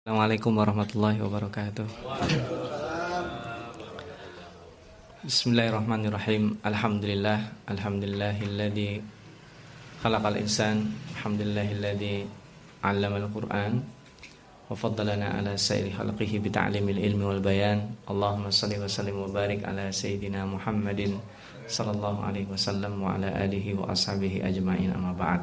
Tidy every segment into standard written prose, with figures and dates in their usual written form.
Assalamualaikum warahmatullahi wabarakatuh. Bismillahirrahmanirrahim. Alhamdulillahilladzi khalaqal insan. Alhamdulillahilladzi 'allamal Qur'an wa faddalana ala sairi khalqihi bi ta'limil ilmi wal bayan. Allahumma shalli wa sallim wa barik ala sayyidina Muhammadin sallallahu alaihi wasallam wa ala alihi wa ashabihi ajma'in, amma ba'd.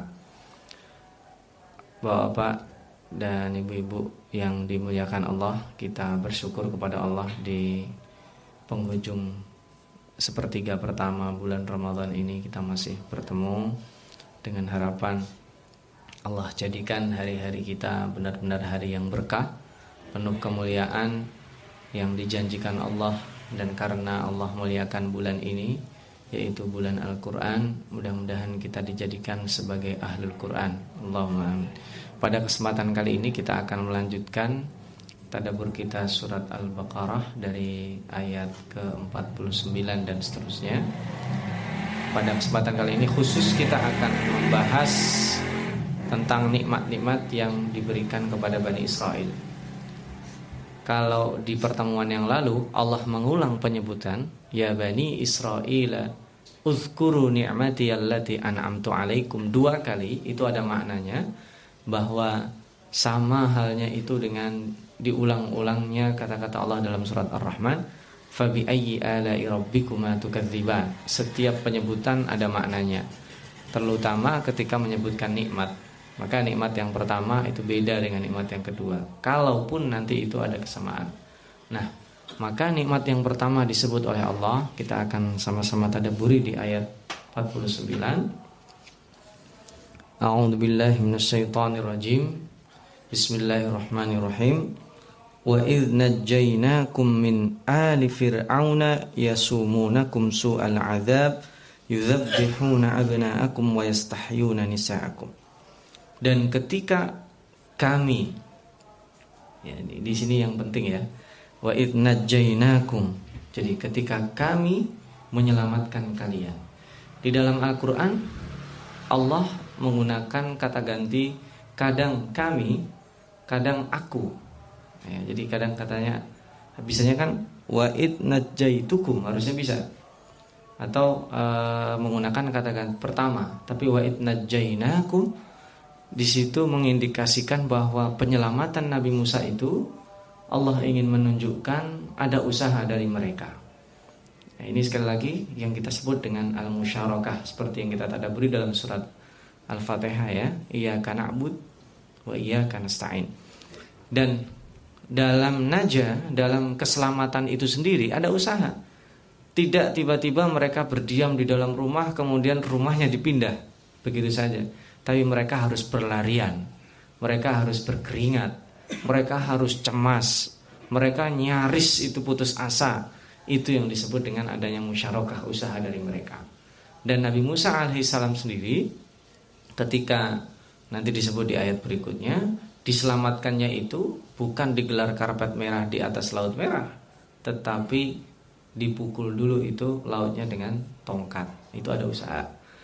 Bapak dan ibu-ibu yang dimuliakan Allah, kita bersyukur kepada Allah di penghujung sepertiga pertama bulan Ramadan ini kita masih bertemu, dengan harapan Allah jadikan hari-hari kita benar-benar hari yang berkah, penuh kemuliaan yang dijanjikan Allah. Dan karena Allah muliakan bulan ini, yaitu bulan Al-Quran, mudah-mudahan kita dijadikan sebagai ahlul Quran. Allahumma amin. Pada kesempatan kali ini kita akan melanjutkan tadabbur kita surat Al-Baqarah dari ayat ke-49 dan seterusnya. Pada kesempatan kali ini khusus kita akan membahas tentang nikmat-nikmat yang diberikan kepada Bani Israel. Kalau di pertemuan yang lalu Allah mengulang penyebutan ya Bani Israel uzkuru ni'mati allati an'amtu alaikum 2 kali, itu ada maknanya bahwa sama halnya itu dengan diulang-ulangnya kata-kata Allah dalam surat Ar-Rahman, fabi ayyi ala'i rabbikuma tukadziban. Setiap penyebutan ada maknanya, terutama ketika menyebutkan nikmat. Maka nikmat yang pertama itu beda dengan nikmat yang kedua, kalaupun nanti itu ada kesamaan. Nah, maka nikmat yang pertama disebut oleh Allah, kita akan sama-sama tadabburi di ayat 49. A'udzu billahi minasyaitonir rajim. Bismillahirrahmanirrahim. Wa idz najjaynakum min ali fir'auna yasumunakum su'al 'adzab yudzabbihuna abna'akum wa yastahyuna nisa'akum. Dan ketika kami, ya di sini yang penting ya, wa idz najjaynakum, jadi ketika kami menyelamatkan kalian. Di dalam Al-Qur'an Allah menggunakan kata ganti, kadang kami, kadang aku. Ya, jadi kadang katanya, bisanya kan wa id najjaitukum, harusnya bisa. Atau menggunakan kata ganti pertama, tapi wa id najjainakum di situ mengindikasikan bahwa penyelamatan Nabi Musa itu Allah ingin menunjukkan ada usaha dari mereka. Nah, ini sekali lagi yang kita sebut dengan al-musyarakah, seperti yang kita tadabburi dalam surat Al-Fatihah ya, iyyaka na'budu wa iyyaka nasta'in. Dan dalam najah, dalam keselamatan itu sendiri ada usaha. Tidak tiba-tiba mereka berdiam di dalam rumah kemudian rumahnya dipindah begitu saja. Tapi mereka harus berlarian, mereka harus berkeringat, mereka harus cemas, mereka nyaris itu putus asa. Itu yang disebut dengan adanya musyarakah, usaha dari mereka. Dan Nabi Musa alaihissalam sendiri, ketika nanti disebut di ayat berikutnya, diselamatkannya itu bukan digelar karpet merah di atas laut merah, tetapi dipukul dulu itu lautnya dengan tongkat. Itu ada usaha.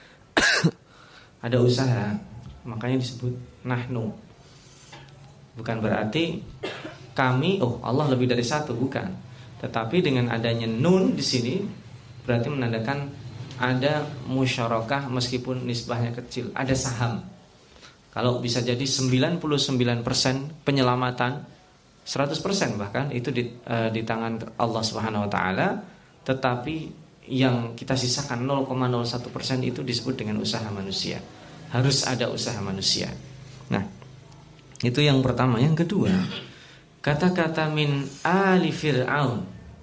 Ada usaha, makanya disebut nahnu. Bukan berarti kami, Allah lebih dari satu, bukan. Tetapi dengan adanya nun di sini berarti menandakan ada musyarakah meskipun nisbahnya kecil, ada saham. Kalau bisa jadi 99% penyelamatan, 100% bahkan itu di tangan Allah Subhanahu wa taala, tetapi yang kita sisakan 0,01% itu disebut dengan usaha manusia. Harus ada usaha manusia. Nah, itu yang pertama. Yang kedua, kata-kata min ali fir'aun.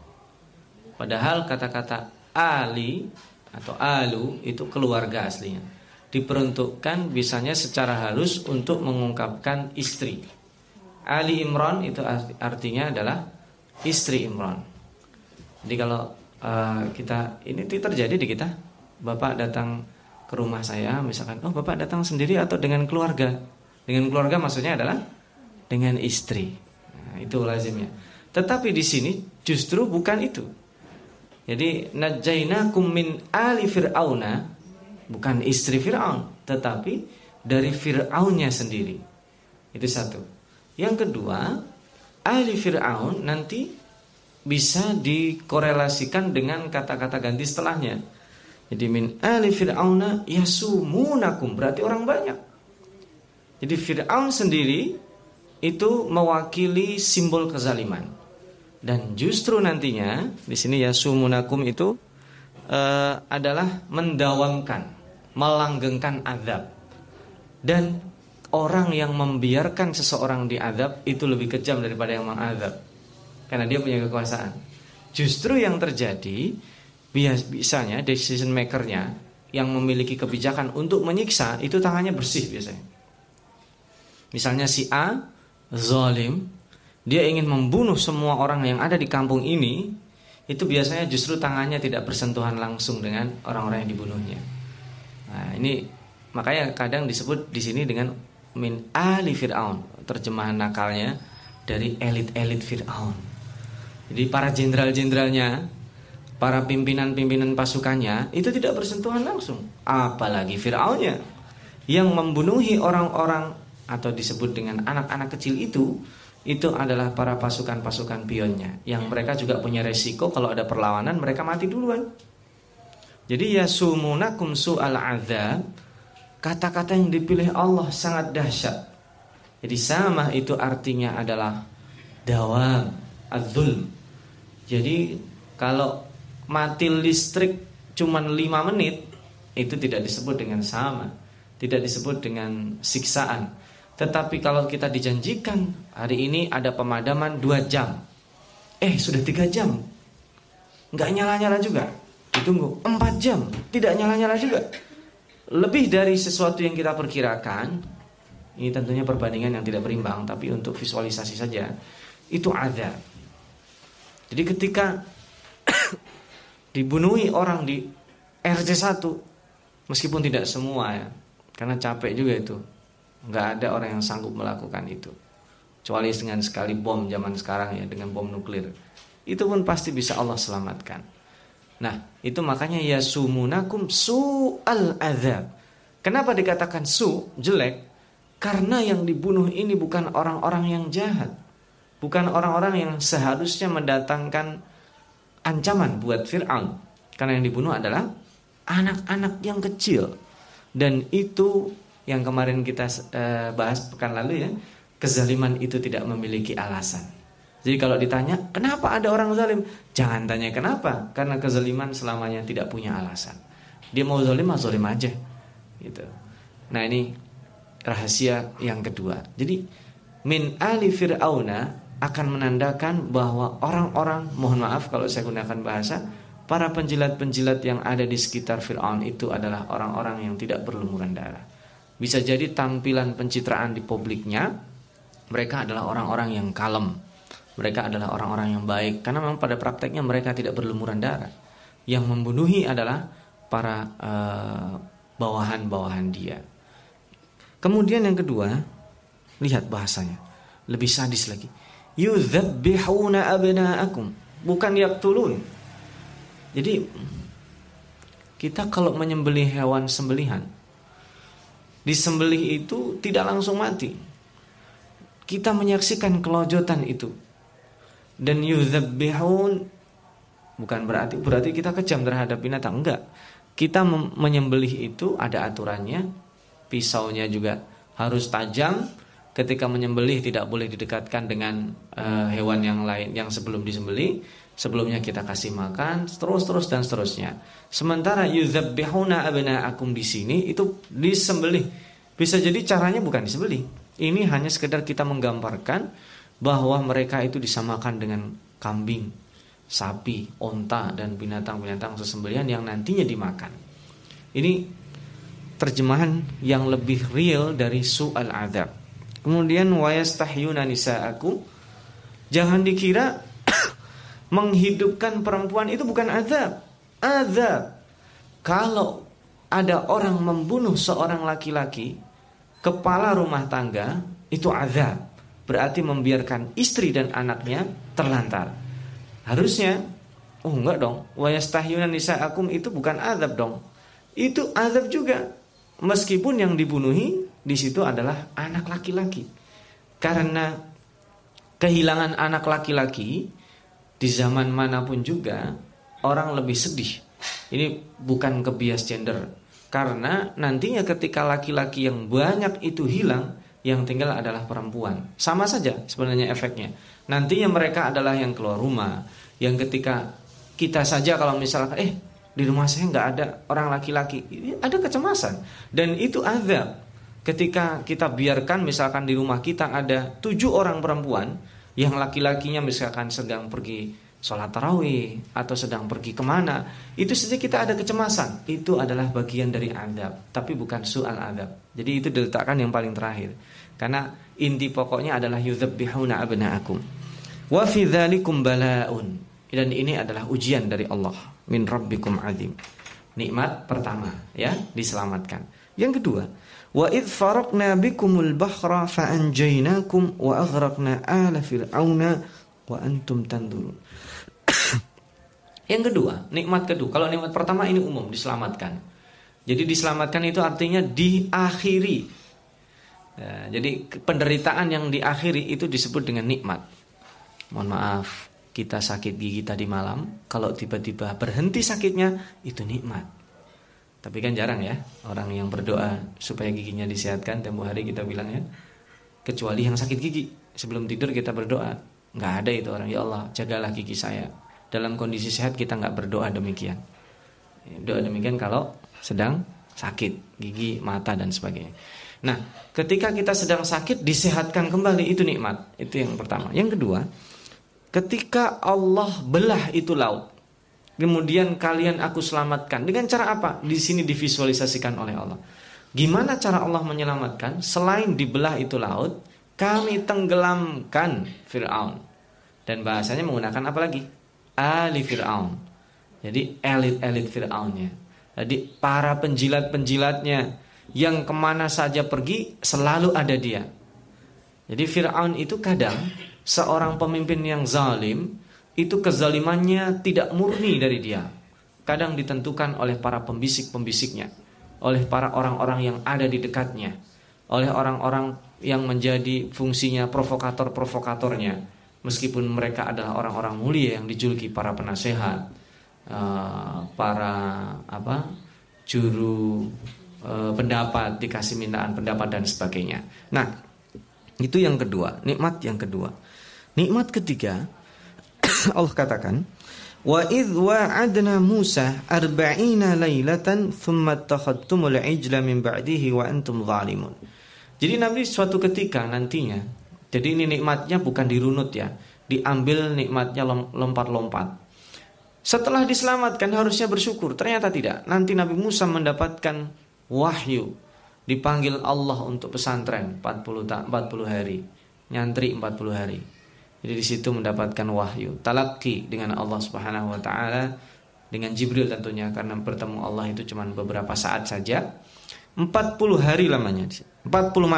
Padahal kata-kata ali atau alu itu keluarga aslinya, diperuntukkan bisanya secara halus untuk mengungkapkan istri. Ali Imran itu artinya adalah istri Imran. Jadi kalau kita, ini terjadi di kita, bapak datang ke rumah saya misalkan, bapak datang sendiri atau dengan keluarga? Dengan keluarga maksudnya adalah dengan istri. Nah, itu lazimnya. Tetapi di sini justru bukan itu. Jadi najjainakum min ali fir'auna, bukan istri Fir'aun, tetapi dari Fir'aunnya sendiri. Itu satu. Yang kedua, ali Fir'aun nanti bisa dikorelasikan dengan kata-kata ganti setelahnya. Jadi min ali Fir'auna yasumunakum, berarti orang banyak. Jadi Fir'aun sendiri itu mewakili simbol kezaliman. Dan justru nantinya di sini yasumunakum itu adalah mendawamkan, melanggengkan azab. Dan orang yang membiarkan seseorang diazab itu lebih kejam daripada yang mengazab, karena dia punya kekuasaan. Justru yang terjadi biasanya decision makernya yang memiliki kebijakan untuk menyiksa itu tangannya bersih biasanya. Misalnya si A zalim, dia ingin membunuh semua orang yang ada di kampung ini, itu biasanya justru tangannya tidak bersentuhan langsung dengan orang-orang yang dibunuhnya. Nah, ini makanya kadang disebut di sini dengan min ali Fir'aun, terjemahan nakalnya dari elit-elit Fir'aun. Jadi para jenderal-jenderalnya, para pimpinan-pimpinan pasukannya itu tidak bersentuhan langsung. Apalagi Fir'aunnya yang membunuhi orang-orang atau disebut dengan anak-anak kecil itu adalah para pasukan-pasukan pionnya, yang mereka juga punya resiko kalau ada perlawanan mereka mati duluan. Jadi yasumunakum su'al adzab, kata-kata yang dipilih Allah sangat dahsyat. Jadi sama itu artinya adalah dawam az-zulm. Jadi kalau mati listrik cuman 5 menit itu tidak disebut dengan sama, tidak disebut dengan siksaan. Tetapi kalau kita dijanjikan hari ini ada pemadaman 2 jam, sudah 3 jam nggak nyala-nyala juga, ditunggu 4 jam tidak nyala-nyala juga, lebih dari sesuatu yang kita perkirakan. Ini tentunya perbandingan yang tidak berimbang, tapi untuk visualisasi saja, itu ada. Jadi ketika dibunuhi orang di RT 1, meskipun tidak semua ya, karena capek juga itu, nggak ada orang yang sanggup melakukan itu, kecuali dengan sekali bom zaman sekarang ya, dengan bom nuklir, itu pun pasti bisa Allah selamatkan. Nah, itu makanya yasumunakum su'al adzab. Kenapa dikatakan su, jelek? Karena yang dibunuh ini bukan orang-orang yang jahat, bukan orang-orang yang seharusnya mendatangkan ancaman buat Fir'aun. Karena yang dibunuh adalah anak-anak yang kecil. Dan itu yang kemarin kita bahas pekan lalu ya, kezaliman itu tidak memiliki alasan. Jadi kalau ditanya kenapa ada orang zalim, jangan tanya kenapa, karena kezaliman selamanya tidak punya alasan. Dia mau zalim aja gitu. Nah, ini rahasia yang kedua. Jadi min ali Fir'auna akan menandakan bahwa orang-orang, mohon maaf kalau saya gunakan bahasa, para penjilat-penjilat yang ada di sekitar Fir'aun itu adalah orang-orang yang tidak berlumuran darah. Bisa jadi tampilan pencitraan di publiknya mereka adalah orang-orang yang kalem, mereka adalah orang-orang yang baik, karena memang pada prakteknya mereka tidak berlumuran darah. Yang membunuhi adalah para bawahan-bawahan dia. Kemudian yang kedua, lihat bahasanya, lebih sadis lagi. Yudzabbihuna abna'akum, bukan yaqtulun. Jadi kita kalau menyembelih hewan sembelihan, disembelih itu tidak langsung mati. Kita menyaksikan kelojotan itu. Dan yudzabbihun bukan berarti kita kejam terhadap binatang, enggak. Kita menyembelih itu ada aturannya. Pisaunya juga harus tajam. Ketika menyembelih tidak boleh didekatkan dengan hewan yang lain yang sebelum disembelih. Sebelumnya kita kasih makan, terus dan seterusnya. Sementara yudzabbihuna abna'akum di sini itu disembelih. Bisa jadi caranya bukan disembelih. Ini hanya sekedar kita menggambarkan bahwa mereka itu disamakan dengan kambing, sapi, onta dan binatang-binatang sesembelihan yang nantinya dimakan. Ini terjemahan yang lebih real dari su'al adzab. Kemudian wa yastahyuna nisa'akum, jangan dikira menghidupkan perempuan itu bukan azab. Azab. Kalau ada orang membunuh seorang laki-laki, kepala rumah tangga, itu azab. Berarti membiarkan istri dan anaknya terlantar. Harusnya, enggak dong. Wa yastahyuna nisa'akum itu bukan azab dong. Itu azab juga. Meskipun yang dibunuhi di situ adalah anak laki-laki. Karena kehilangan anak laki-laki di zaman manapun juga orang lebih sedih. Ini bukan kebias gender, karena nantinya ketika laki-laki yang banyak itu hilang, yang tinggal adalah perempuan. Sama saja sebenarnya efeknya. Nantinya mereka adalah yang keluar rumah, yang ketika kita saja kalau misalkan di rumah saya nggak ada orang laki-laki, ada kecemasan. Dan itu azab. Ketika kita biarkan misalkan di rumah kita ada 7 orang perempuan, yang laki-lakinya misalkan sedang pergi sholat tarawih atau sedang pergi kemana, itu saja kita ada kecemasan. Itu adalah bagian dari azab, tapi bukan su'al azab. Jadi itu diletakkan yang paling terakhir, karena inti pokoknya adalah yudzabbihuna abna'akum wa fi dzalikum bala'un. Dan ini adalah ujian dari Allah, min rabbikum azim. Nikmat pertama, ya, diselamatkan. Yang kedua, wa idz faraqna bikumul bahra fa anjaynakum wa aghraqna ala fir'auna wa antum tanzurun. Yang kedua, nikmat kedua. Kalau nikmat pertama ini umum, diselamatkan. Jadi diselamatkan itu artinya diakhiri. Ya, jadi penderitaan yang diakhiri itu disebut dengan nikmat. Mohon maaf, kita sakit gigi tadi malam, kalau tiba-tiba berhenti sakitnya, itu nikmat. Tapi kan jarang ya orang yang berdoa supaya giginya disehatkan. Tempo hari kita bilang ya, kecuali yang sakit gigi, sebelum tidur kita berdoa. Nggak ada itu orang, ya Allah jagalah gigi saya. Dalam kondisi sehat kita nggak berdoa demikian. Doa demikian kalau sedang sakit gigi, mata dan sebagainya. Nah, ketika kita sedang sakit disehatkan kembali, itu nikmat. Itu yang pertama. Yang kedua, ketika Allah belah itu laut, kemudian kalian aku selamatkan. Dengan cara apa? Di sini divisualisasikan oleh Allah. Gimana cara Allah menyelamatkan? Selain dibelah itu laut, kami tenggelamkan Fir'aun. Dan bahasanya menggunakan apa lagi? Ali Fir'aun. Jadi elit-elit Fir'aunnya. Jadi para penjilat-penjilatnya yang kemana saja pergi selalu ada dia. Jadi Fir'aun itu kadang seorang pemimpin yang zalim, itu kezalimannya tidak murni dari dia. Kadang ditentukan oleh para pembisik-pembisiknya, oleh para orang-orang yang ada di dekatnya, oleh orang-orang yang menjadi fungsinya provokator-provokatornya. Meskipun mereka adalah orang-orang mulia yang dijuluki para penasehat, para juru pendapat, dikasih mintaan pendapat dan sebagainya. Nah, itu yang kedua, nikmat yang kedua. Nikmat ketiga, Allah katakan, wa idh wa'adna Musa 40 lailatan thumma attakhadtumul ijla min ba'dihi wa antum zalimun. Jadi Nabi suatu ketika nantinya, jadi ini nikmatnya bukan dirunut ya, diambil nikmatnya lompat-lompat. Setelah diselamatkan harusnya bersyukur, ternyata tidak. Nanti Nabi Musa mendapatkan wahyu, dipanggil Allah untuk pesantren 40 hari, nyantri 40 hari. Jadi di situ mendapatkan wahyu, talaqi dengan Allah Subhanahu wa taala, dengan Jibril tentunya, karena bertemu Allah itu cuma beberapa saat saja. 40 hari lamanya, 40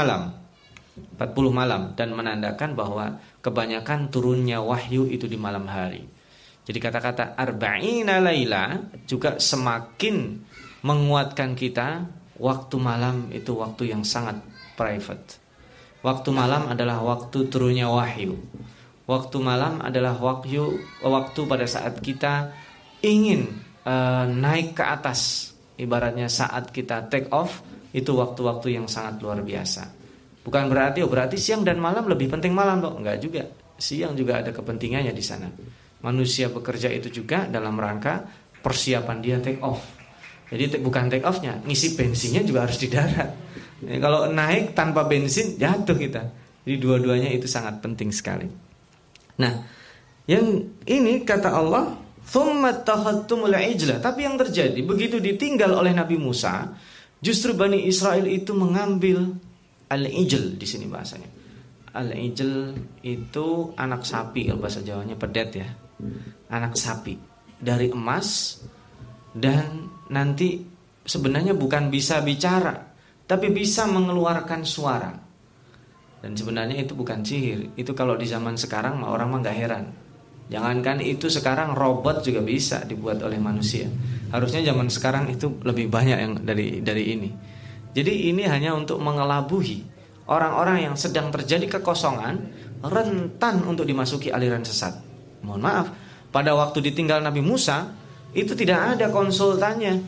malam, dan menandakan bahwa kebanyakan turunnya wahyu itu di malam hari. Jadi kata-kata arba'ina laila juga semakin menguatkan kita. Waktu malam itu waktu yang sangat private. Waktu malam adalah waktu turunnya wahyu. Waktu malam adalah waktu pada saat kita ingin naik ke atas. Ibaratnya saat kita take off, itu waktu-waktu yang sangat luar biasa. Bukan berarti siang dan malam lebih penting malam loh, enggak juga. Siang juga ada kepentingannya di sana. Manusia bekerja itu juga dalam rangka persiapan dia take off. Jadi bukan take off-nya, ngisi bensinnya juga harus di darat. Jadi kalau naik tanpa bensin jatuh kita. Jadi dua-duanya itu sangat penting sekali. Nah, yang ini kata Allah, "Tsumma takhadtumul ijla." Tapi yang terjadi begitu ditinggal oleh Nabi Musa, justru Bani Israel itu mengambil al-ijl di sini bahasanya. Al-ijl itu anak sapi, kalau bahasa Jawanya pedet ya. Anak sapi dari emas, dan nanti sebenarnya bukan bisa bicara, tapi bisa mengeluarkan suara. Dan sebenarnya itu bukan sihir. Itu kalau di zaman sekarang orang mah gak heran. Jangankan itu, sekarang robot juga bisa dibuat oleh manusia. Harusnya zaman sekarang itu lebih banyak yang dari ini. Jadi ini hanya untuk mengelabuhi orang-orang yang sedang terjadi kekosongan, rentan untuk dimasuki aliran sesat. Mohon maaf, pada waktu ditinggal Nabi Musa itu tidak ada konsultannya,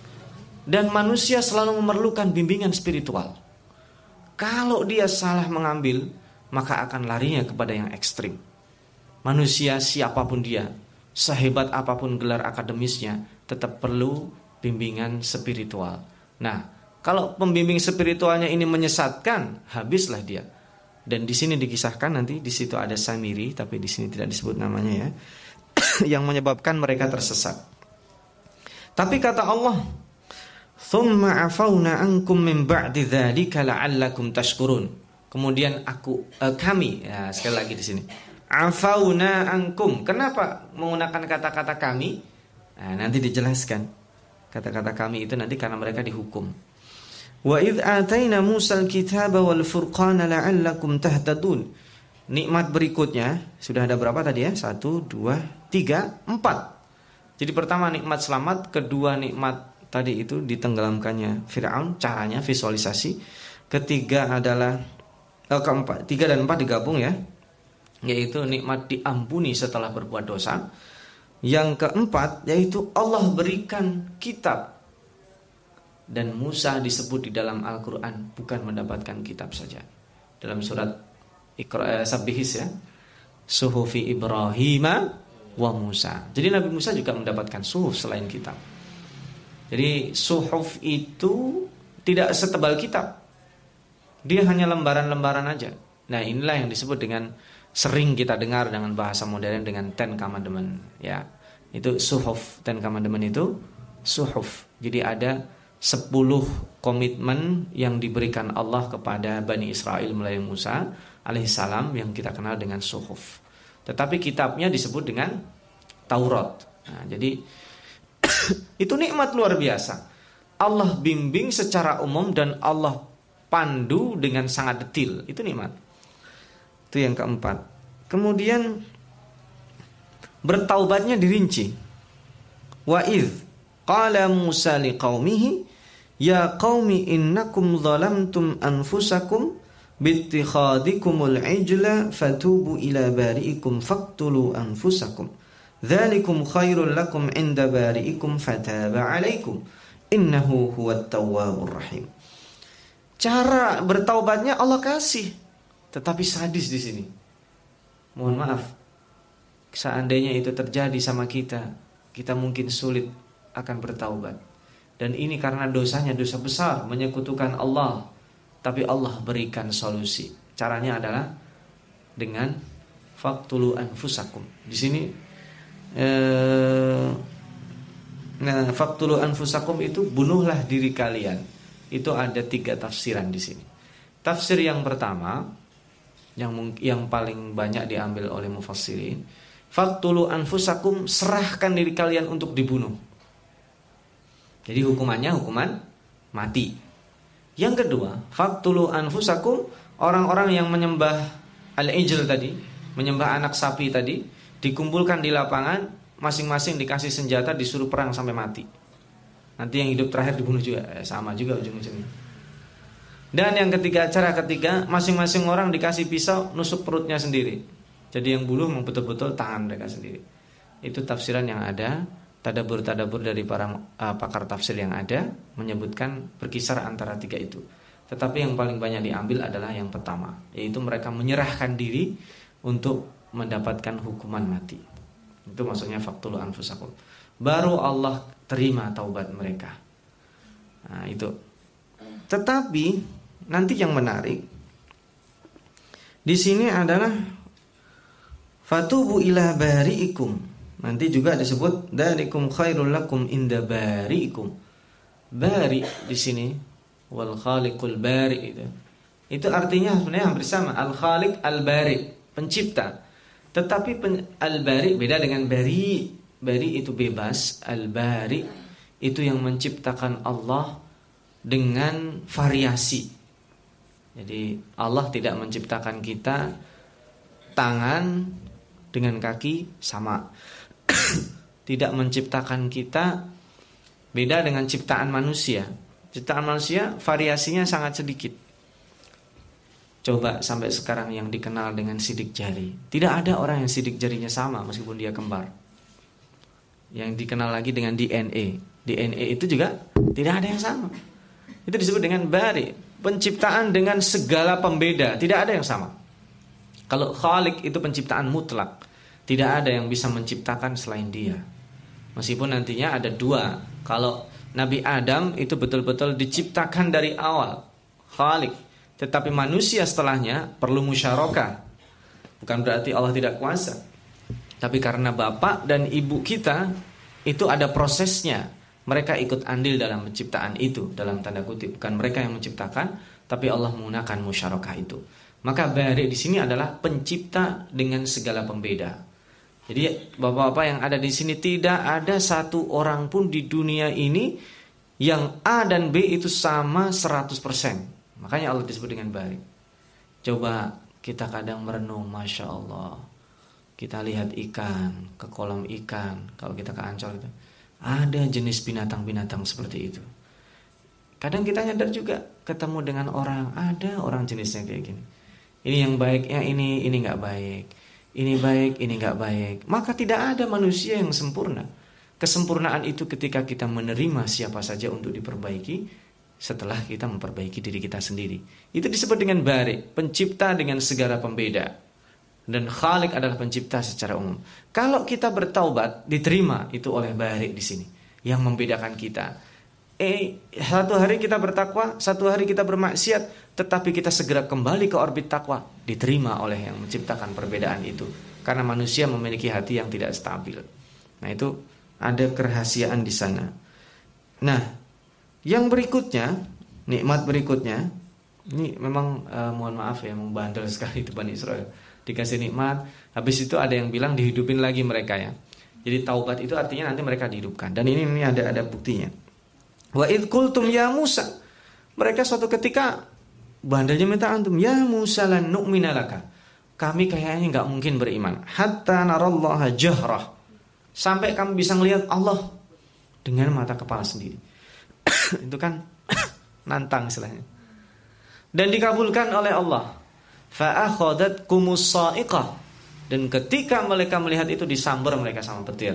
dan manusia selalu memerlukan bimbingan spiritual. Kalau dia salah mengambil, maka akan larinya kepada yang ekstrim. Manusia siapapun dia, sehebat apapun gelar akademisnya, tetap perlu bimbingan spiritual. Nah, kalau pembimbing spiritualnya ini menyesatkan, habislah dia. Dan di sini dikisahkan, nanti di situ ada Samiri, tapi di sini tidak disebut namanya ya, yang menyebabkan mereka tersesat. Tapi kata Allah, "Tsumma afawna ankum min ba'di dzalika la'allakum tashkurun." Kemudian kami, ya, sekali lagi di sini. Afauna ankum. Kenapa menggunakan kata-kata kami? Nah, nanti dijelaskan. Kata-kata kami itu nanti karena mereka dihukum. Wa idz ataina Musal kitaba wal furqana la'allakum tahtadun. Nikmat berikutnya sudah ada berapa tadi ya? 1, 2, 3, 4. Jadi pertama nikmat selamat, kedua nikmat tadi itu ditenggelamkannya Fir'aun, caranya visualisasi. Ketiga adalah keempat, 3 dan 4 digabung ya, yaitu nikmat diampuni setelah berbuat dosa. Yang keempat yaitu Allah berikan kitab, dan Musa disebut di dalam Al-Quran bukan mendapatkan kitab saja. Dalam surat Sabbihis ya, Suhufi Ibrahim wa Musa. Jadi Nabi Musa juga mendapatkan suhuf selain kitab. Jadi suhuf itu tidak setebal kitab, dia hanya lembaran-lembaran aja. Nah, inilah yang disebut dengan, sering kita dengar dengan bahasa modern dengan Ten Commandment ya. Itu suhuf, Ten Commandment itu suhuf. Jadi ada 10 komitmen yang diberikan Allah kepada Bani Israel melalui Musa alaihissalam yang kita kenal dengan suhuf. Tetapi kitabnya disebut dengan Taurat. Nah, jadi itu nikmat luar biasa. Allah bimbing secara umum dan Allah pandu dengan sangat detail. Itu nikmat. Itu yang keempat. Kemudian bertaubatnya dirinci. Wa idz qala Musa liqaumihi ya qaumi innakum zalamtum anfusakum bittikhadikumul ijla fatubu ila bari'ikum faqtulu anfusakum dzalikum khairul lakum inda bari'ikum fataba 'alaikum innahu huwat tawwabur rahim. Cara bertaubatnya Allah kasih, tetapi sadis di sini. Mohon maaf, seandainya itu terjadi sama kita, kita mungkin sulit akan bertaubat. Dan ini karena dosanya dosa besar, menyekutukan Allah. Tapi Allah berikan solusi. Caranya adalah dengan faqtulu anfusakum. Di sini faqtulu anfusakum itu bunuhlah diri kalian. Itu ada 3 tafsiran di sini. Tafsir yang pertama yang paling banyak diambil oleh mufassirin, faqtulu anfusakum, serahkan diri kalian untuk dibunuh. Jadi hukumannya hukuman mati. Yang kedua, faqtulu anfusakum, orang-orang yang menyembah al-ijl tadi, menyembah anak sapi tadi, dikumpulkan di lapangan, masing-masing dikasih senjata, disuruh perang sampai mati. Nanti yang hidup terakhir dibunuh juga, sama juga ujung-ujungnya. Dan yang ketiga, cara ketiga, masing-masing orang dikasih pisau, nusuk perutnya sendiri. Jadi yang buluh betul-betul tangan mereka sendiri. Itu tafsiran yang ada. Tadabur-tadabur dari para pakar tafsir yang ada menyebutkan berkisar antara 3 itu. Tetapi yang paling banyak diambil adalah yang pertama, yaitu mereka menyerahkan diri untuk mendapatkan hukuman mati. Itu maksudnya faqtulu anfusakum. Baru Allah terima taubat mereka. Nah, itu. Tetapi nanti yang menarik di sini adalah fatubu ila bari'ikum. Nanti juga disebut dzalikum khairul lakum inda bari'ikum. Bari di sini wal khaliqul bari itu. Itu artinya sebenarnya hampir sama, al khaliq al bari, pencipta. Tetapi al bari beda dengan bari. Bari itu bebas, al bari itu yang menciptakan Allah dengan variasi. Jadi Allah tidak menciptakan kita tangan dengan kaki sama. Tidak menciptakan kita beda dengan ciptaan manusia. Ciptaan manusia variasinya sangat sedikit. Coba sampai sekarang yang dikenal dengan sidik jari, tidak ada orang yang sidik jarinya sama meskipun dia kembar. Yang dikenal lagi dengan DNA itu juga tidak ada yang sama. Itu disebut dengan bari, penciptaan dengan segala pembeda, tidak ada yang sama. Kalau Khalik itu penciptaan mutlak, tidak ada yang bisa menciptakan selain dia. Meskipun nantinya ada dua. Kalau Nabi Adam itu betul-betul diciptakan dari awal, Khalik. Tetapi manusia setelahnya perlu musyarakah. Bukan berarti Allah tidak kuasa. Tapi karena bapak dan ibu kita itu ada prosesnya. Mereka ikut andil dalam penciptaan itu, dalam tanda kutip. Bukan mereka yang menciptakan, tapi Allah menggunakan musyarakah itu. Maka bari di sini adalah pencipta dengan segala pembeda. Jadi bapak-bapak yang ada di sini, tidak ada satu orang pun di dunia ini yang A dan B itu sama 100%. Makanya Allah disebut dengan bari. Coba kita kadang merenung, Masya Allah, kita lihat ikan, ke kolam ikan, kalau kita ke Ancol itu, ada jenis binatang-binatang seperti itu. Kadang kita nyadar juga, ketemu dengan orang, ada orang jenisnya kayak gini. Ini yang baik, ya ini gak baik. Ini baik, ini gak baik. Maka tidak ada manusia yang sempurna. Kesempurnaan itu ketika kita menerima siapa saja untuk diperbaiki, setelah kita memperbaiki diri kita sendiri. Itu disebut dengan bari, pencipta dengan segala pembeda. Dan Khalik adalah pencipta secara umum. Kalau kita bertaubat, diterima itu oleh bari di sini, yang membedakan kita. Satu hari kita bertakwa, satu hari kita bermaksiat, tetapi kita segera kembali ke orbit takwa, diterima oleh yang menciptakan perbedaan itu. Karena manusia memiliki hati yang tidak stabil. Nah, itu ada kerahasiaan di sana. Nah, yang berikutnya, nikmat berikutnya, ini memang mohon maaf ya, membandel sekali itu Bani Israel. Dikasih nikmat, habis itu ada yang bilang dihidupin lagi mereka ya. Jadi taubat itu artinya nanti mereka dihidupkan. Dan ini ada buktinya. Wa idh qultum ya Musa. Mereka suatu ketika bandelnya minta antum, ya Musa lan nu'mina laka. Kami kayaknya enggak mungkin beriman hatta narallaha jahrah. Sampai kami bisa melihat Allah dengan mata kepala sendiri. Itu kan nantang istilahnya. Dan dikabulkan oleh Allah. Fa akhadhatkumus sa'iqah. Dan ketika mereka melihat itu, disambar mereka sama petir.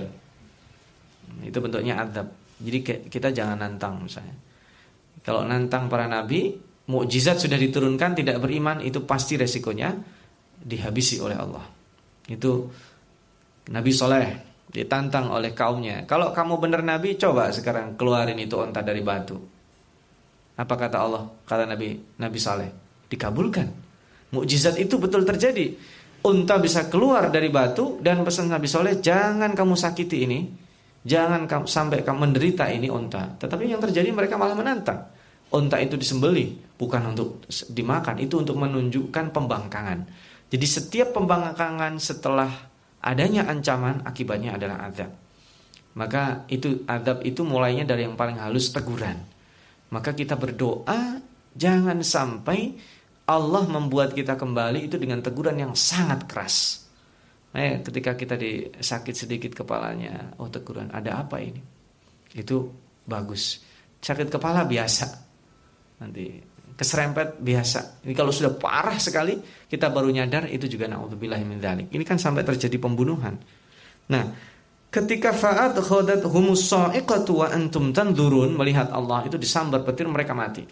Itu bentuknya azab. Jadi kita jangan nantang misalnya. Kalau nantang para nabi, mukjizat sudah diturunkan, tidak beriman, itu pasti resikonya dihabisi oleh Allah. Itu Nabi Soleh ditantang oleh kaumnya. Kalau kamu benar nabi, coba sekarang keluarin itu onta dari batu. Apa kata Allah? Kata Nabi Saleh, dikabulkan. Mukjizat itu betul terjadi. Unta bisa keluar dari batu, dan pesan Nabi Saleh, jangan kamu sakiti ini, jangan sampai kamu menderita ini unta. Tetapi yang terjadi, mereka malah menantang. Unta itu disembelih, bukan untuk dimakan, itu untuk menunjukkan pembangkangan. Jadi setiap pembangkangan setelah adanya ancaman, akibatnya adalah azab. Maka itu azab itu mulainya dari yang paling halus, teguran. Maka kita berdoa jangan sampai Allah membuat kita kembali itu dengan teguran yang sangat keras. Ketika kita sakit sedikit kepalanya, oh teguran, ada apa ini? Itu bagus. Sakit kepala biasa, nanti keserempet biasa. Ini kalau sudah parah sekali, kita baru nyadar, itu juga na'udzubillahi min dzalik. Ini kan sampai terjadi pembunuhan. Nah, ketika fa'at khadathumus sa'iqatu wa antum tanzurun, melihat Allah itu disambar petir, mereka mati.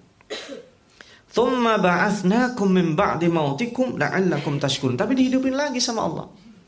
Tsumma ba'atsnakum min ba'di mautikum la'allakum tashkurun. Tapi dihidupin lagi sama Allah.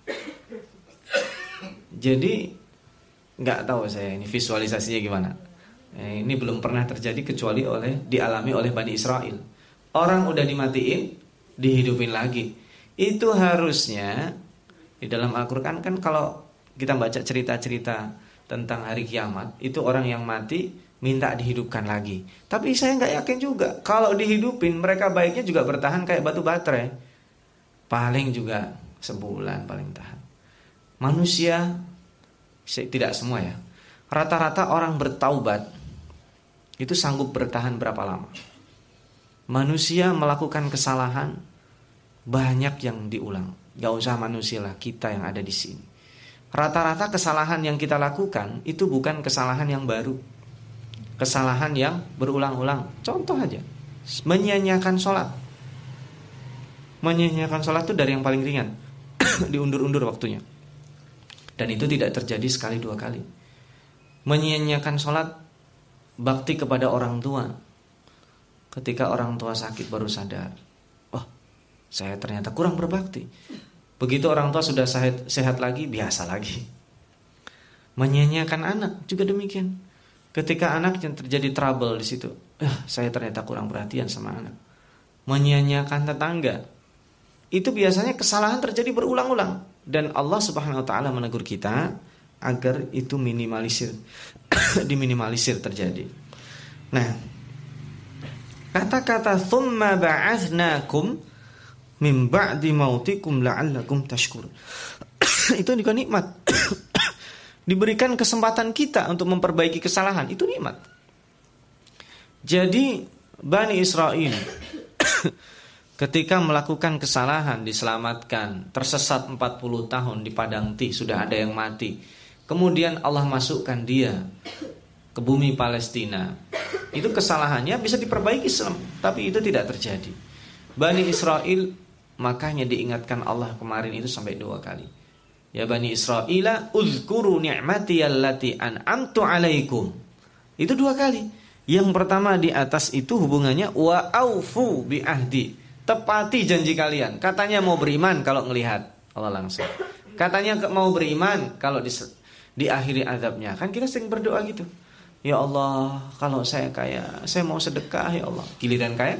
Jadi enggak tahu saya ini visualisasinya gimana. Ini belum pernah terjadi kecuali dialami oleh Bani Israel. Orang udah dimatiin, dihidupin lagi. Itu harusnya di dalam Al-Qur'an kan kalau kita baca cerita-cerita tentang hari kiamat, itu orang yang mati minta dihidupkan lagi. Tapi saya nggak yakin juga. Kalau dihidupin, mereka baiknya juga bertahan kayak batu baterai. Paling juga sebulan paling tahan. Manusia, tidak semua ya, rata-rata orang bertaubat itu sanggup bertahan berapa lama? Manusia melakukan kesalahan banyak yang diulang. Gak usah manusia lah, kita yang ada di sini. Rata-rata kesalahan yang kita lakukan itu bukan kesalahan yang baru, kesalahan yang berulang-ulang. Contoh aja, menyia-nyiakan sholat. Menyia-nyiakan sholat itu dari yang paling ringan. Diundur-undur waktunya. Dan itu tidak terjadi sekali dua kali. Menyia-nyiakan sholat, bakti kepada orang tua. Ketika orang tua sakit baru sadar, oh, saya ternyata kurang berbakti. Begitu orang tua sudah sehat lagi, biasa lagi. Menyia-nyiakan anak juga demikian. Ketika anak yang terjadi trouble di situ, saya ternyata kurang perhatian sama anak. Menyia-nyiakan tetangga, itu biasanya kesalahan terjadi berulang-ulang. Dan Allah Subhanahu wa ta'ala menegur kita agar itu diminimalisir terjadi. Nah, kata-kata thumma ba'athnakum min ba'di mautikum la'allakum tashkurun. Itu juga nikmat. Diberikan kesempatan kita untuk memperbaiki kesalahan, itu nikmat. Jadi Bani Israel ketika melakukan kesalahan diselamatkan, tersesat 40 tahun di padang Tih, sudah ada yang mati. Kemudian Allah masukkan dia ke bumi Palestina. Itu kesalahannya bisa diperbaiki, tapi itu tidak terjadi. Bani Israel makanya diingatkan Allah kemarin itu sampai 2 kali. Ya Bani Israila, uzkuru ni'mati allati an'amtu alaikum. Itu 2 kali. Yang pertama di atas itu hubungannya wa aufu bi ahdi. Tepati janji kalian. Katanya mau beriman kalau ngelihat Allah langsung. Katanya mau beriman kalau diakhiri azabnya. Kan kita sering berdoa gitu. Ya Allah, kalau saya kaya, saya mau sedekah ya Allah. Giliran kaya?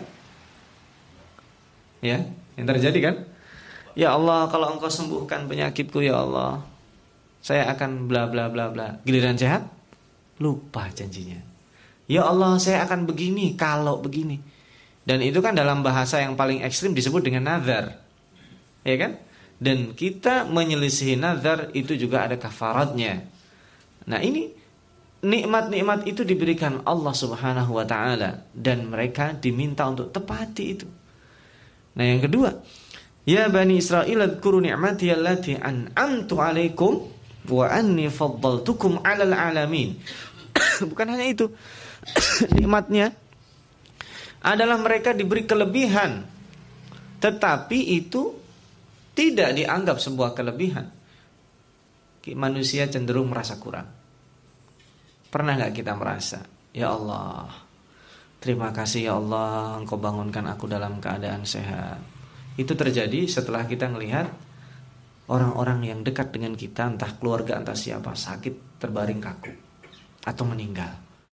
Ya, yang terjadi kan? Ya Allah, kalau Engkau sembuhkan penyakitku ya Allah, saya akan bla bla bla bla. Giliran sehat? Lupa janjinya. Ya Allah, saya akan begini kalau begini. Dan itu kan dalam bahasa yang paling ekstrim disebut dengan nazar. Ya kan? Dan kita menyelisihi nazar itu juga ada kafaratnya. Nah, ini nikmat-nikmat itu diberikan Allah Subhanahu wa ta'ala, dan mereka diminta untuk tepati itu. Nah, yang kedua, ya Bani Israil adhkuru ni'mati allati an'amtu alaikum wa anni faddaltukum 'alal 'alamin. Bukan hanya itu. Nikmatnya adalah mereka diberi kelebihan, tetapi itu tidak dianggap sebuah kelebihan. Manusia cenderung merasa kurang. Pernah gak kita merasa, ya Allah, terima kasih ya Allah, Engkau bangunkan aku dalam keadaan sehat. Itu terjadi setelah kita melihat orang-orang yang dekat dengan kita, entah keluarga, entah siapa, sakit, terbaring kaku, atau meninggal.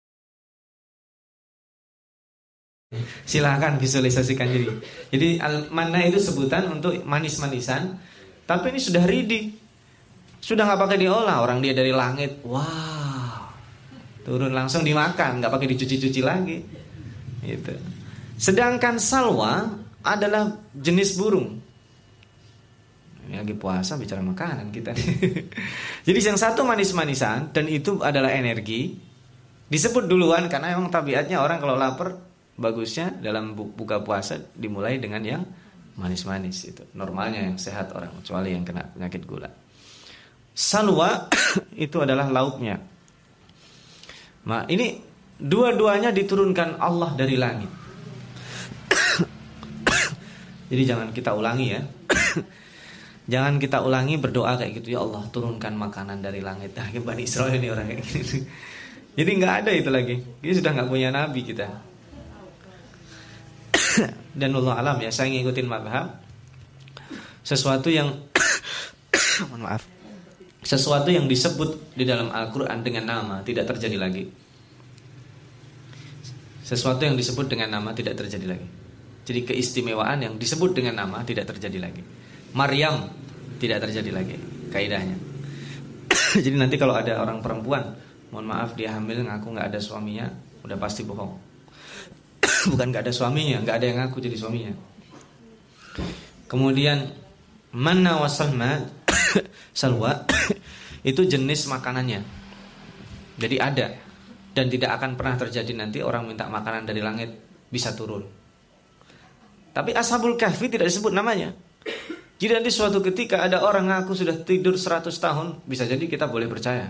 Silahkan visualisasikan diri. Jadi al-manna itu sebutan untuk manis-manisan, tapi ini sudah ready, sudah gak pakai diolah. Orang dia dari langit, wow, turun langsung dimakan, gak pakai dicuci-cuci lagi gitu. Sedangkan salwa adalah jenis burung. Ini lagi puasa bicara makanan kita. Jadi yang satu manis-manisan, dan itu adalah energi. Disebut duluan karena memang tabiatnya orang kalau lapar, bagusnya dalam buka puasa dimulai dengan yang manis-manis. Itu normalnya yang sehat orang, kecuali yang kena penyakit gula. Salwa itu adalah lauknya. Nah, ini dua-duanya diturunkan Allah dari langit. Jadi jangan kita ulangi ya. Jangan kita ulangi berdoa kayak gitu, ya Allah turunkan makanan dari langit. Nah, Bani Israil ini orang kayak gitu. Jadi nggak ada itu lagi. Ini sudah nggak punya nabi kita. Dan Allah alam ya, saya ngikutin mazhab. Sesuatu yang mohon maaf, sesuatu yang disebut di dalam Al-Quran dengan nama tidak terjadi lagi. Sesuatu yang disebut dengan nama tidak terjadi lagi. Jadi keistimewaan yang disebut dengan nama tidak terjadi lagi. Maryam tidak terjadi lagi kaidahnya. Jadi nanti kalau ada orang perempuan, mohon maaf dia hamil ngaku nggak ada suaminya, udah pasti bohong. Bukan nggak ada suaminya, nggak ada yang ngaku jadi suaminya. Kemudian manna wa salma, salwa itu jenis makanannya. Jadi ada, dan tidak akan pernah terjadi nanti orang minta makanan dari langit bisa turun. Tapi Ashabul Kahfi tidak disebut namanya. Jadi nanti suatu ketika ada orang ngaku sudah tidur 100 tahun, bisa jadi kita boleh percaya.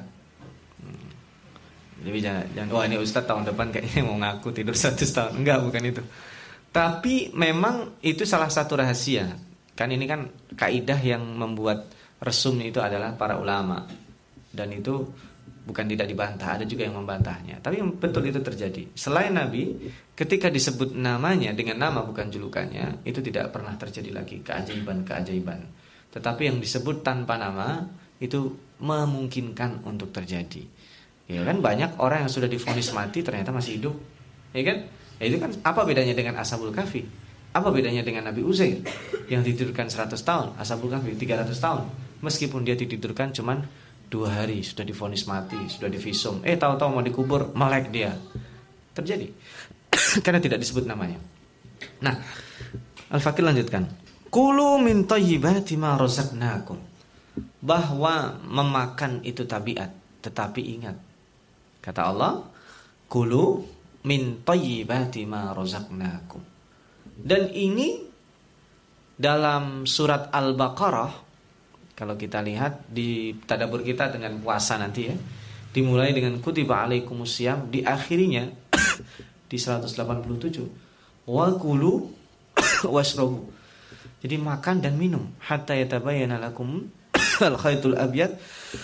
Jadi jangan, wah ini Ustadz tahun depan kayaknya mau ngaku tidur 100 tahun. Enggak, bukan itu. Tapi memang itu salah satu rahasia. Kan ini kan kaidah yang membuat resum itu adalah para ulama. Dan itu bukan tidak dibantah, ada juga yang membantahnya. Tapi betul itu terjadi. Selain Nabi, ketika disebut namanya dengan nama bukan julukannya, itu tidak pernah terjadi lagi keajaiban-keajaiban. Tetapi yang disebut tanpa nama itu memungkinkan untuk terjadi. Ya kan, banyak orang yang sudah divonis mati ternyata masih hidup. Ya kan? Ya, itu kan apa bedanya dengan Ashabul Kahfi? Apa bedanya dengan Nabi Uzair yang ditidurkan 100 tahun, Ashabul Kahfi 300 tahun. Meskipun dia ditidurkan cuman 2 hari sudah divonis mati, sudah divisum. Tahu-tahu mau dikubur, melek dia. Terjadi. Karena tidak disebut namanya. Nah, Al-Fakir lanjutkan. Kulu min thayyibati ma razaqnakum. Bahwa memakan itu tabiat, tetapi ingat kata Allah, kulu min thayyibati ma razaqnakum. Dan ini dalam surat Al-Baqarah, kalau kita lihat di tadabbur kita dengan puasa nanti ya, dimulai dengan kutiba alaikumusiyam, diakhirinya di 187 wa kulu washrabu. Jadi makan dan minum hatta yatabayyana lakum al-khaytul abyad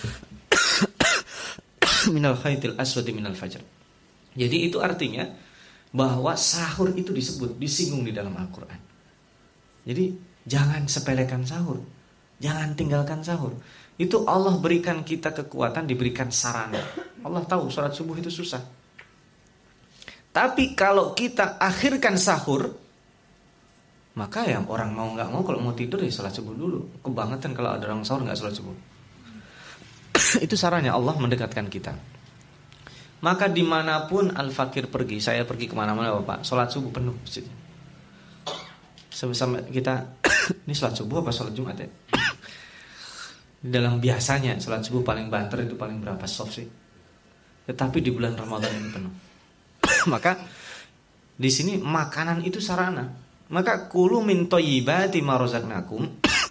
minal khaytil aswadi minal fajr. Jadi itu artinya bahwa sahur itu disinggung di dalam Al-Quran. Jadi jangan sepelekan sahur, jangan tinggalkan sahur. Itu Allah berikan kita kekuatan, diberikan sarana. Allah tahu sholat subuh itu susah. Tapi kalau kita akhirkan sahur, maka yang orang mau nggak mau, kalau mau tidur ya sholat subuh dulu. Kebangetan kalau ada orang sahur nggak sholat subuh. Itu sarannya Allah mendekatkan kita. Maka dimanapun Al-Fakir pergi, saya pergi kemana-mana Bapak, sholat subuh penuh masjidnya. Sama kita, ini sholat subuh apa sholat Jumat ya? Dalam biasanya sholat subuh paling banter itu paling berapa soft sih? Tetapi di bulan Ramadan ini penuh. Maka di sini makanan itu sarana. Maka kulu min thayyibati ma razaqnakum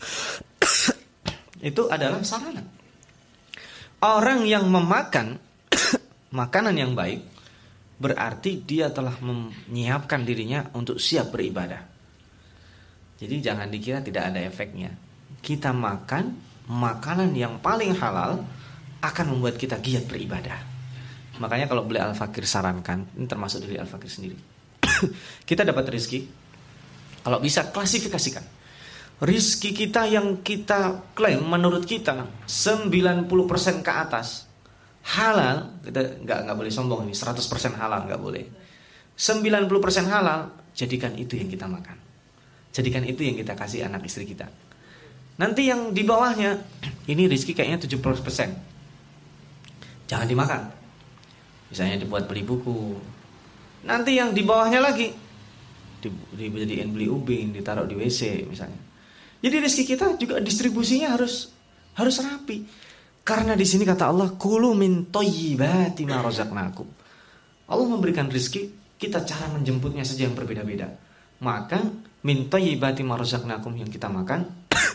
itu adalah sarana. Orang yang memakan makanan yang baik berarti dia telah menyiapkan dirinya untuk siap beribadah. Jadi jangan dikira tidak ada efeknya. Kita makan makanan yang paling halal akan membuat kita giat beribadah. Makanya kalau boleh Al-Fakir sarankan, ini termasuk dari Al-Fakir sendiri. Kita dapat rezeki, kalau bisa klasifikasikan rezeki kita yang kita klaim menurut kita 90% ke atas halal, kita nggak boleh sombong ini 100% halal, nggak boleh. 90% halal, jadikan itu yang kita makan. Jadikan itu yang kita kasih anak istri kita. Nanti yang di bawahnya, ini rezeki kayaknya 70%. Jangan dimakan. Misalnya dibuat beli buku. Nanti yang di bawahnya lagi dijadiin beli ubin, ditaruh di WC misalnya. Jadi rezeki kita juga distribusinya harus rapi. Karena di sini kata Allah, kulu min thayyibati ma razaqnakum. Allah memberikan rezeki, kita cara menjemputnya saja yang berbeda-beda. Maka min thayyibati ma razaqnakum yang kita makan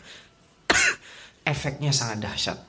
efeknya sangat dahsyat.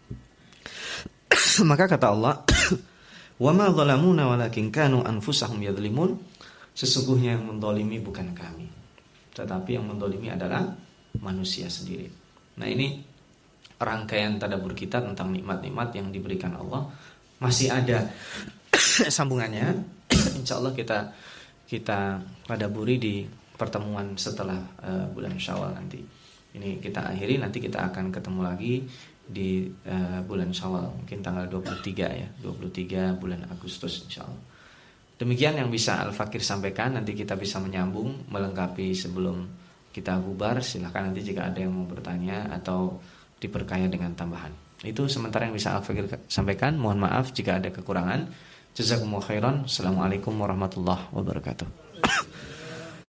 Maka kata Allah, wa ma zalamuna walakin kanu anfusahum yadhlimun. Sesungguhnya yang mendolimi bukan kami, tetapi yang mendolimi adalah manusia sendiri. Nah, ini rangkaian tadabbur kita tentang nikmat-nikmat yang diberikan Allah. Masih ada sambungannya. Insya Allah kita tadabburi di pertemuan setelah bulan Syawal nanti. Ini kita akhiri, nanti kita akan ketemu lagi di bulan Syawal, mungkin tanggal 23 ya, 23 bulan Agustus insya Allah. Demikian yang bisa Al-Fakir sampaikan. Nanti kita bisa menyambung melengkapi sebelum kita bubar. Silahkan nanti jika ada yang mau bertanya atau diperkaya dengan tambahan. Itu sementara yang bisa Al-Fakir sampaikan. Mohon maaf jika ada kekurangan. Jazakumullahu khairan. Assalamualaikum warahmatullahi wabarakatuh.